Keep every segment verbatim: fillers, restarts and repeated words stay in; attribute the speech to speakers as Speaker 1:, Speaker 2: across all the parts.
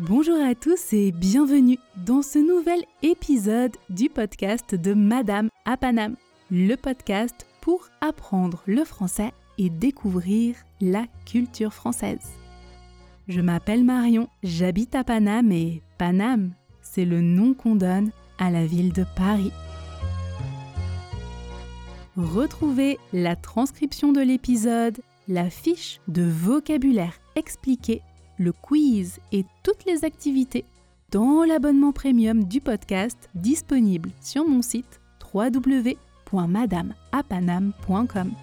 Speaker 1: Bonjour à tous et bienvenue dans ce nouvel épisode du podcast de Madame à Paname, le podcast pour apprendre le français et découvrir la culture française. Je m'appelle Marion, j'habite à Paname et Paname, c'est le nom qu'on donne à la ville de Paris. Retrouvez la transcription de l'épisode, la fiche de vocabulaire expliquée, le quiz et toutes les activités dans l'abonnement premium du podcast disponible sur mon site w w w point madame à paname point com.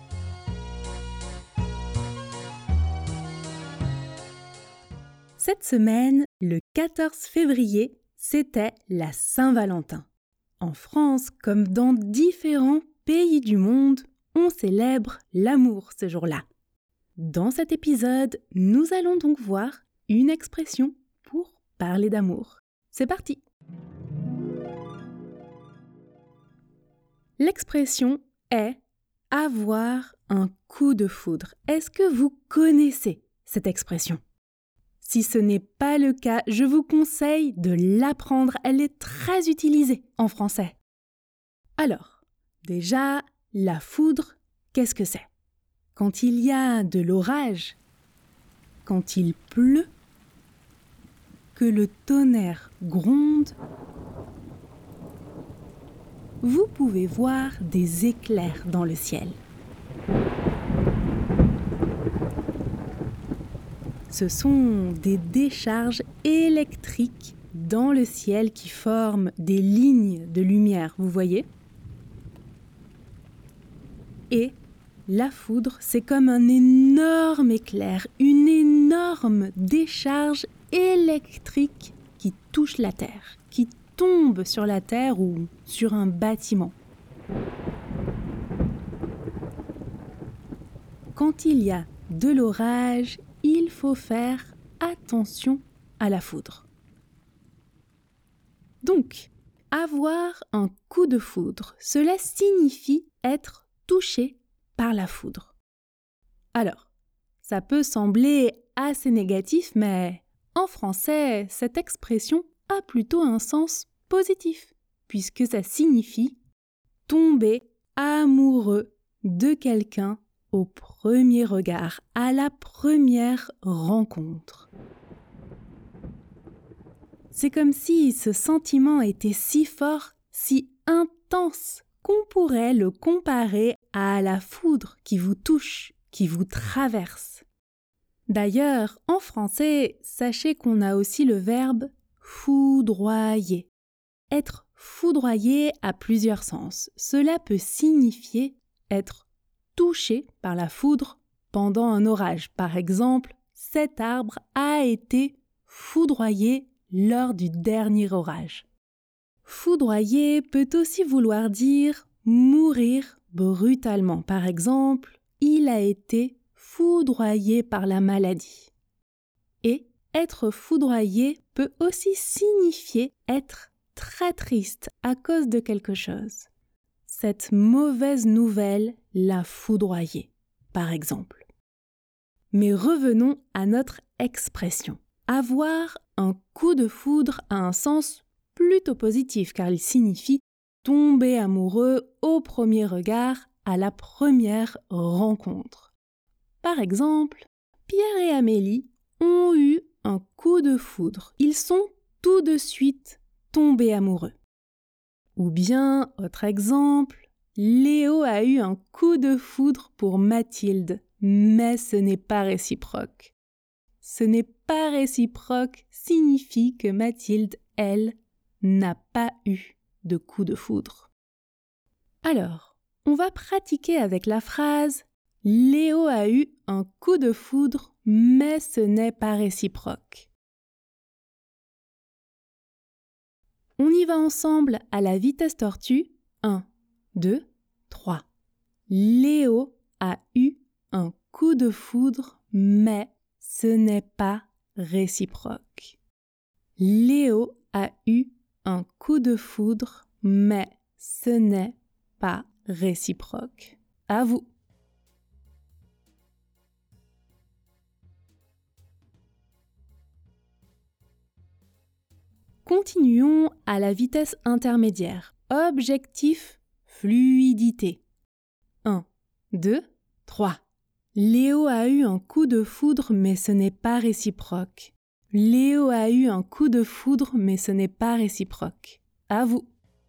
Speaker 1: Cette semaine, le quatorze février, c'était la Saint-Valentin. En France, comme dans différents pays du monde, on célèbre l'amour ce jour-là. Dans cet épisode, nous allons donc voir une expression pour parler d'amour. C'est parti! L'expression est « avoir un coup de foudre ». Est-ce que vous connaissez cette expression? Si ce n'est pas le cas, je vous conseille de l'apprendre. Elle est très utilisée en français. Alors, déjà, la foudre, qu'est-ce que c'est? Quand il y a de l'orage, quand il pleut, que le tonnerre gronde, vous pouvez voir des éclairs dans le ciel. Ce sont des décharges électriques dans le ciel qui forment des lignes de lumière, vous voyez? Et la foudre, c'est comme un énorme éclair, une énorme décharge électrique qui touche la terre, qui tombe sur la terre ou sur un bâtiment. Quand il y a de l'orage, il faut faire attention à la foudre. Donc, avoir un coup de foudre, cela signifie être touché par la foudre. Alors, ça peut sembler assez négatif, mais en français, cette expression a plutôt un sens positif, puisque ça signifie tomber amoureux de quelqu'un au premier regard, à la première rencontre. C'est comme si ce sentiment était si fort, si intense, qu'on pourrait le comparer à la foudre qui vous touche, qui vous traverse. D'ailleurs, en français, sachez qu'on a aussi le verbe « foudroyer ». Être foudroyé a plusieurs sens. Cela peut signifier être touché par la foudre pendant un orage. Par exemple, cet arbre a été foudroyé lors du dernier orage. Foudroyer peut aussi vouloir dire mourir brutalement. Par exemple, il a été foudroyé par la maladie. Et être foudroyé peut aussi signifier être très triste à cause de quelque chose. Cette mauvaise nouvelle l'a foudroyé, par exemple. Mais revenons à notre expression. Avoir un coup de foudre a un sens plutôt positif car il signifie tomber amoureux au premier regard, à la première rencontre. Par exemple, Pierre et Amélie ont eu un coup de foudre. Ils sont tout de suite tombés amoureux. Ou bien, autre exemple, Léo a eu un coup de foudre pour Mathilde, mais ce n'est pas réciproque. Ce n'est pas réciproque signifie que Mathilde, elle, n'a pas eu de coup de foudre. Alors, on va pratiquer avec la phrase « Léo a eu un coup de foudre, mais ce n'est pas réciproque ». On y va ensemble à la vitesse tortue. un, deux, trois. Léo a eu un coup de foudre, mais ce n'est pas réciproque. Léo a eu un coup de foudre, mais ce n'est pas réciproque. À vous. Continuons à la vitesse intermédiaire. Objectif, fluidité. un, deux, trois. Léo a eu un coup de foudre, mais ce n'est pas réciproque. Léo a eu un coup de foudre, mais ce n'est pas réciproque. À vous.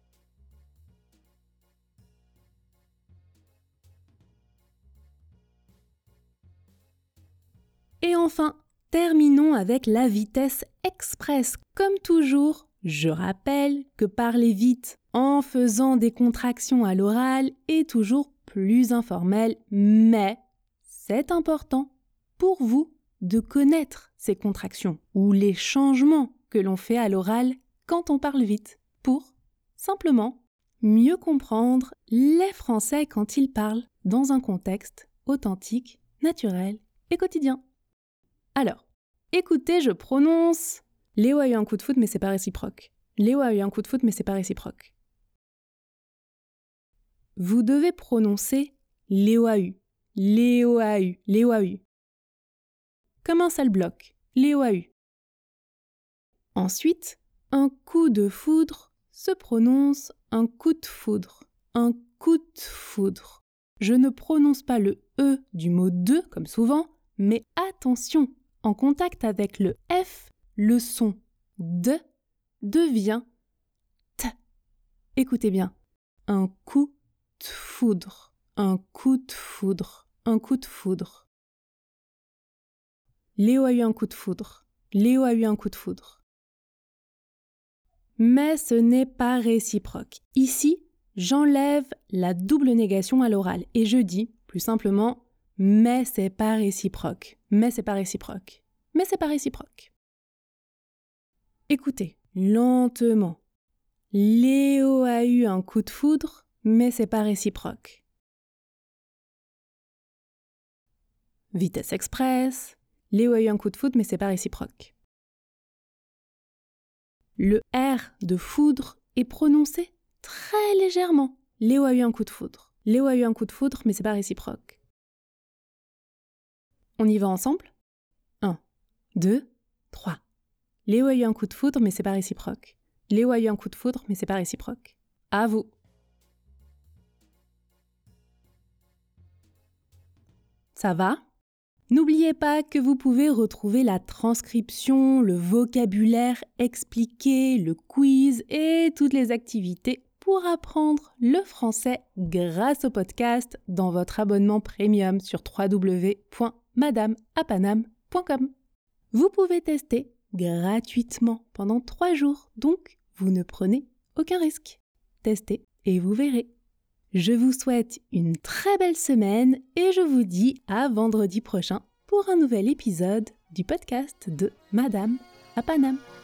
Speaker 1: Et enfin, terminons avec la vitesse express. Comme toujours, je rappelle que parler vite en faisant des contractions à l'oral est toujours plus informel, mais c'est important pour vous de connaître ces contractions ou les changements que l'on fait à l'oral quand on parle vite, pour simplement mieux comprendre les Français quand ils parlent dans un contexte authentique, naturel et quotidien. Alors, écoutez, je prononce. Léo a eu un coup de foudre, mais c'est pas réciproque. Léo a eu un coup de foudre, mais c'est pas réciproque. Vous devez prononcer Léo a eu. Léo a eu. Léo a eu. Comme un seul bloc. Léo a eu. Ensuite, un coup de foudre se prononce un coup de foudre. Un coup de foudre. Je ne prononce pas le E du mot de, comme souvent, mais attention, en contact avec le F, le son de devient T. Écoutez bien. Un coup de foudre. Un coup de foudre. Un coup de foudre. Léo a eu un coup de foudre. Léo a eu un coup de foudre. Mais ce n'est pas réciproque. Ici, j'enlève la double négation à l'oral et je dis, plus simplement, mais c'est pas réciproque. Mais c'est pas réciproque. Mais c'est pas réciproque. Écoutez, lentement. Léo a eu un coup de foudre, mais c'est pas réciproque. Vitesse express. Léo a eu un coup de foudre, mais c'est pas réciproque. Le R de foudre est prononcé très légèrement. Léo a eu un coup de foudre. Léo a eu un coup de foudre, mais c'est pas réciproque. On y va ensemble ? un, deux, trois. Léo a eu un coup de foudre, mais c'est pas réciproque. Léo a eu un coup de foudre, mais c'est pas réciproque. À vous. Ça va ? N'oubliez pas que vous pouvez retrouver la transcription, le vocabulaire expliqué, le quiz et toutes les activités pour apprendre le français grâce au podcast dans votre abonnement premium sur w w w point madame à paname point com. Vous pouvez tester gratuitement pendant trois jours, donc vous ne prenez aucun risque. Testez et vous verrez. Je vous souhaite une très belle semaine et je vous dis à vendredi prochain pour un nouvel épisode du podcast de Madame à Paname.